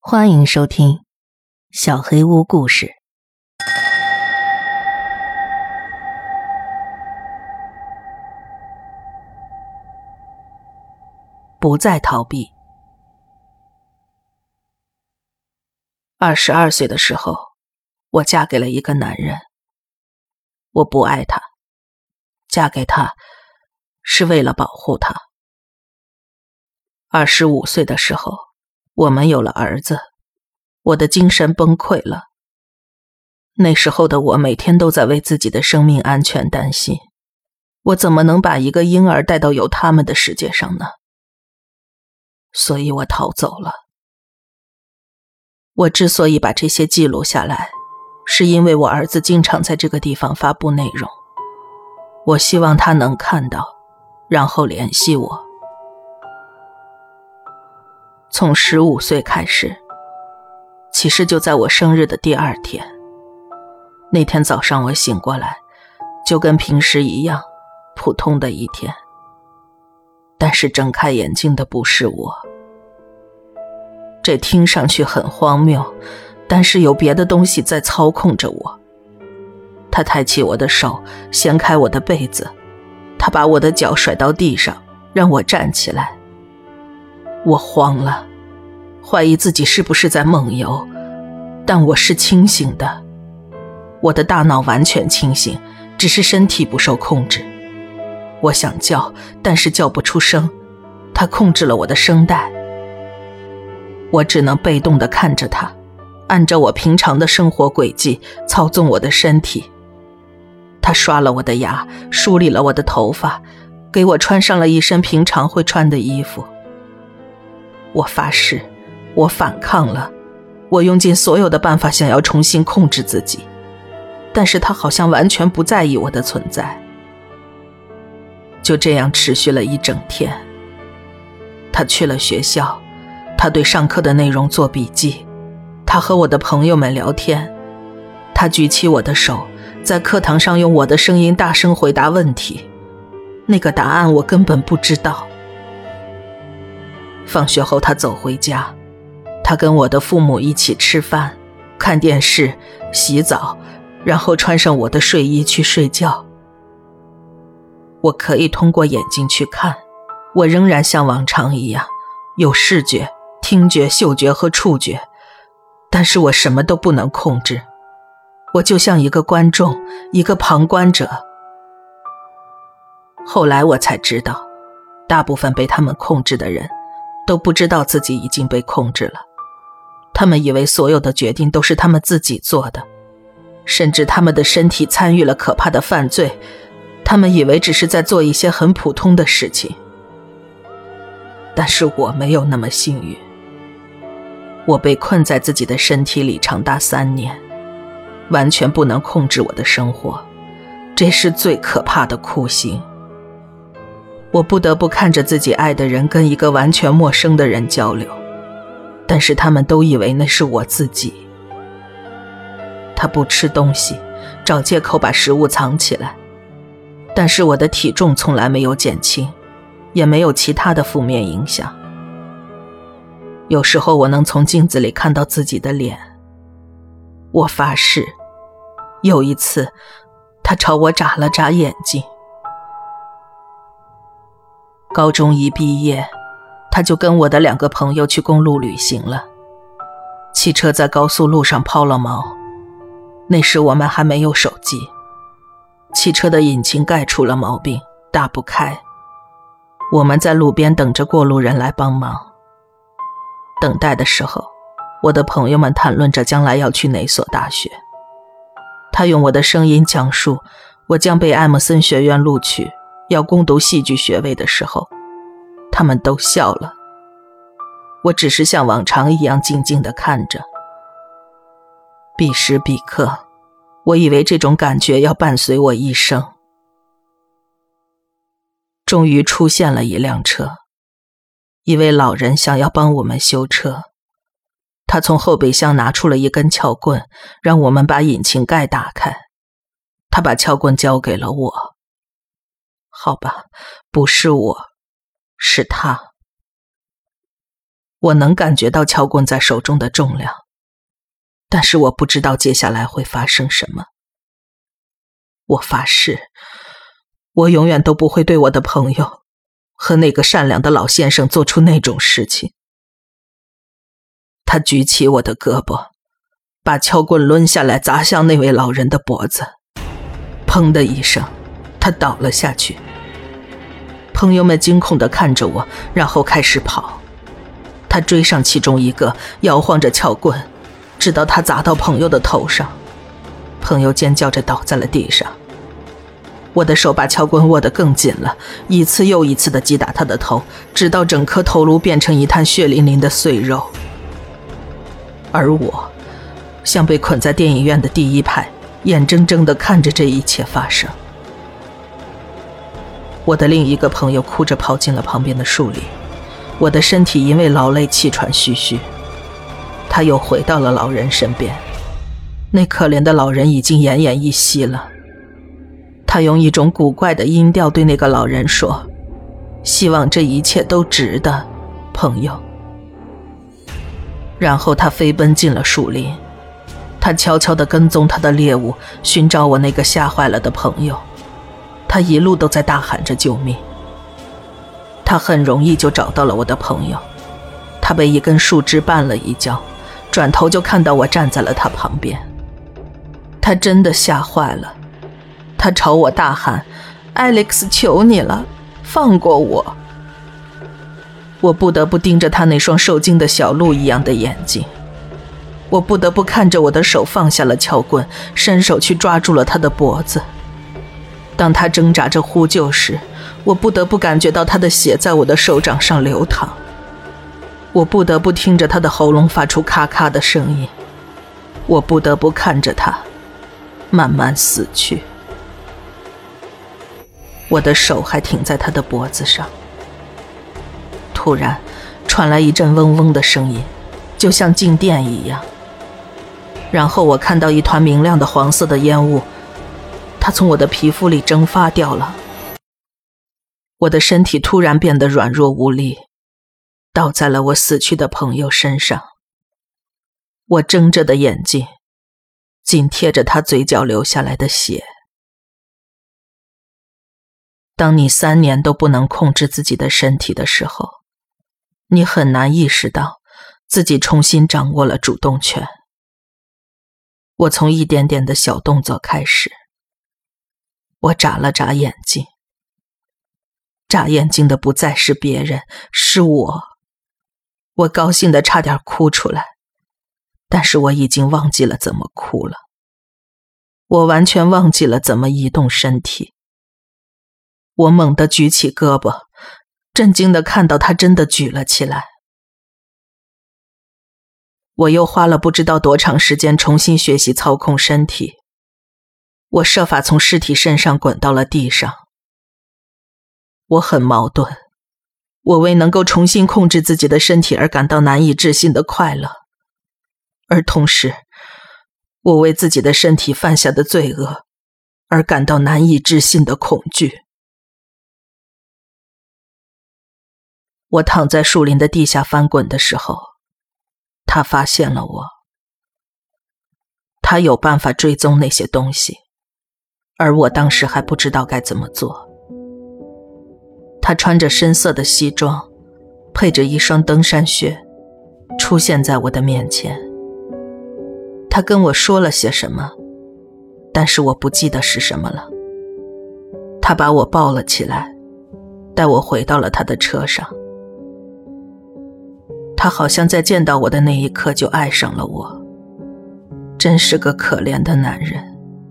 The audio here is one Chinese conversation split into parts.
欢迎收听小黑屋故事。不再逃避。22岁的时候，我嫁给了一个男人。我不爱他，嫁给他是为了保护他。25岁的时候，我们有了儿子，我的精神崩溃了。那时候的我每天都在为自己的生命安全担心，我怎么能把一个婴儿带到有他们的世界上呢？所以我逃走了。我之所以把这些记录下来，是因为我儿子经常在这个地方发布内容，我希望他能看到，然后联系我。从15岁开始，其实就在我生日的第2天，那天早上我醒过来，就跟平时一样，普通的一天。但是睁开眼睛的不是我。这听上去很荒谬，但是有别的东西在操控着我。他抬起我的手，掀开我的被子，他把我的脚甩到地上，让我站起来。我慌了，怀疑自己是不是在梦游，但我是清醒的。我的大脑完全清醒，只是身体不受控制。我想叫，但是叫不出声，他控制了我的声带。我只能被动地看着他，按照我平常的生活轨迹操纵我的身体。他刷了我的牙，梳理了我的头发，给我穿上了一身平常会穿的衣服。我发誓，我反抗了，我用尽所有的办法想要重新控制自己，但是他好像完全不在意我的存在。就这样持续了一整天。他去了学校，他对上课的内容做笔记，他和我的朋友们聊天，他举起我的手，在课堂上用我的声音大声回答问题，那个答案我根本不知道。放学后他走回家，他跟我的父母一起吃饭、看电视、洗澡，然后穿上我的睡衣去睡觉。我可以通过眼睛去看，我仍然像往常一样，有视觉、听觉、嗅觉和触觉，但是我什么都不能控制。我就像一个观众，一个旁观者。后来我才知道，大部分被他们控制的人都不知道自己已经被控制了。他们以为所有的决定都是他们自己做的，甚至他们的身体参与了可怕的犯罪，他们以为只是在做一些很普通的事情。但是我没有那么幸运，我被困在自己的身体里长达3年，完全不能控制我的生活，这是最可怕的酷刑。我不得不看着自己爱的人跟一个完全陌生的人交流，但是他们都以为那是我自己。他不吃东西，找借口把食物藏起来，但是我的体重从来没有减轻，也没有其他的负面影响。有时候我能从镜子里看到自己的脸。我发誓，有一次他朝我眨了眨眼睛。高中一毕业，他就跟我的2个朋友去公路旅行了。汽车在高速路上抛了锚，那时我们还没有手机，汽车的引擎盖出了毛病，打不开。我们在路边等着过路人来帮忙。等待的时候，我的朋友们谈论着将来要去哪所大学。他用我的声音讲述我将被艾默森学院录取，要攻读戏剧学位的时候，他们都笑了。我只是像往常一样静静地看着。彼时彼刻，我以为这种感觉要伴随我一生。终于出现了一辆车，一位老人想要帮我们修车。他从后备箱拿出了一根撬棍，让我们把引擎盖打开。他把撬棍交给了我。好吧，不是我，是他。 我能感觉到撬棍在手中的重量，但是我不知道接下来会发生什么。我发誓，我永远都不会对我的朋友和那个善良的老先生做出那种事情。他举起我的胳膊，把撬棍抡下来砸向那位老人的脖子，砰的一声，他倒了下去。朋友们惊恐地看着我，然后开始跑。他追上其中一个，摇晃着撬棍，直到他砸到朋友的头上。朋友尖叫着倒在了地上。我的手把撬棍握得更紧了，一次又一次地击打他的头，直到整颗头颅变成一滩血淋淋的碎肉。而我像被捆在电影院的第一排，眼睁睁地看着这一切发生。我的另一个朋友哭着跑进了旁边的树里，我的身体因为劳累气喘吁吁。他又回到了老人身边，那可怜的老人已经奄奄一息了。他用一种古怪的音调对那个老人说：“希望这一切都值得，朋友。”然后他飞奔进了树林，他悄悄地跟踪他的猎物，寻找我那个吓坏了的朋友。他一路都在大喊着救命。他很容易就找到了我的朋友，他被一根树枝绊了一跤，转头就看到我站在了他旁边。他真的吓坏了，他朝我大喊：“艾利克斯，求你了，放过我！”我不得不盯着他那双受惊的小鹿一样的眼睛，我不得不看着我的手放下了撬棍，伸手去抓住了他的脖子。当他挣扎着呼救时，我不得不感觉到他的血在我的手掌上流淌，我不得不听着他的喉咙发出咔咔的声音，我不得不看着他慢慢死去。我的手还停在他的脖子上。突然传来一阵嗡嗡的声音，就像静电一样。然后我看到一团明亮的黄色的烟雾，它从我的皮肤里蒸发掉了。我的身体突然变得软弱无力，倒在了我死去的朋友身上。我睁着的眼睛紧贴着他嘴角流下来的血。当你3年都不能控制自己的身体的时候，你很难意识到自己重新掌握了主动权。我从一点点的小动作开始。我眨了眨眼睛，眨眼睛的不再是别人，是我。我高兴得差点哭出来，但是我已经忘记了怎么哭了。我完全忘记了怎么移动身体。我猛地举起胳膊，震惊地看到他真的举了起来。我又花了不知道多长时间重新学习操控身体。我设法从尸体身上滚到了地上。我很矛盾，我为能够重新控制自己的身体而感到难以置信的快乐，而同时，我为自己的身体犯下的罪恶而感到难以置信的恐惧。我躺在树林的地下翻滚的时候，他发现了我。他有办法追踪那些东西，而我当时还不知道该怎么做。他穿着深色的西装，配着一双登山靴，出现在我的面前。他跟我说了些什么，但是我不记得是什么了。他把我抱了起来，带我回到了他的车上。他好像在见到我的那一刻就爱上了我，真是个可怜的男人。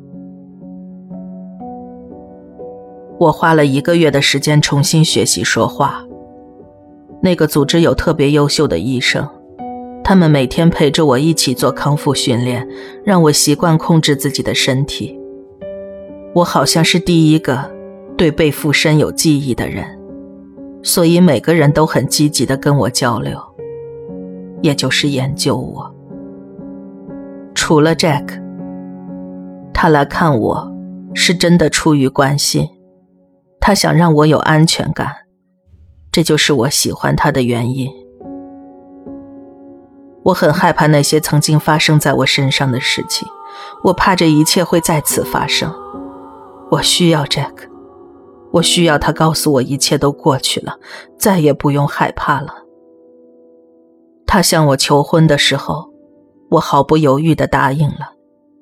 我花了1个月的时间重新学习说话。那个组织有特别优秀的医生，他们每天陪着我一起做康复训练，让我习惯控制自己的身体。我好像是第一个对被附身有记忆的人，所以每个人都很积极地跟我交流，也就是研究我。除了 Jack， 他来看我是真的出于关心，他想让我有安全感，这就是我喜欢他的原因。 我很害怕那些曾经发生在我身上的事情，我怕这一切会再次发生。我需要 Jack， 我需要他告诉我一切都过去了，再也不用害怕了。他向我求婚的时候，我毫不犹豫地答应了。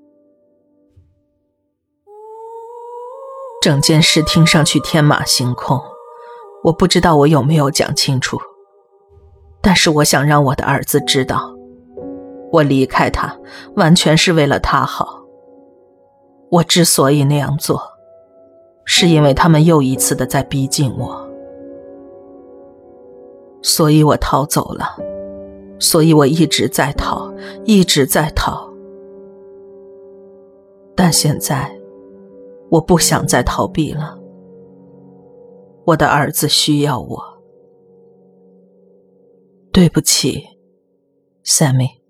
整件事听上去天马行空，我不知道我有没有讲清楚，但是我想让我的儿子知道，我离开他完全是为了他好。我之所以那样做，是因为他们又一次的在逼近我，所以我逃走了，所以我一直在逃，一直在逃。但现在我不想再逃避了，我的儿子需要我。对不起 Sammy。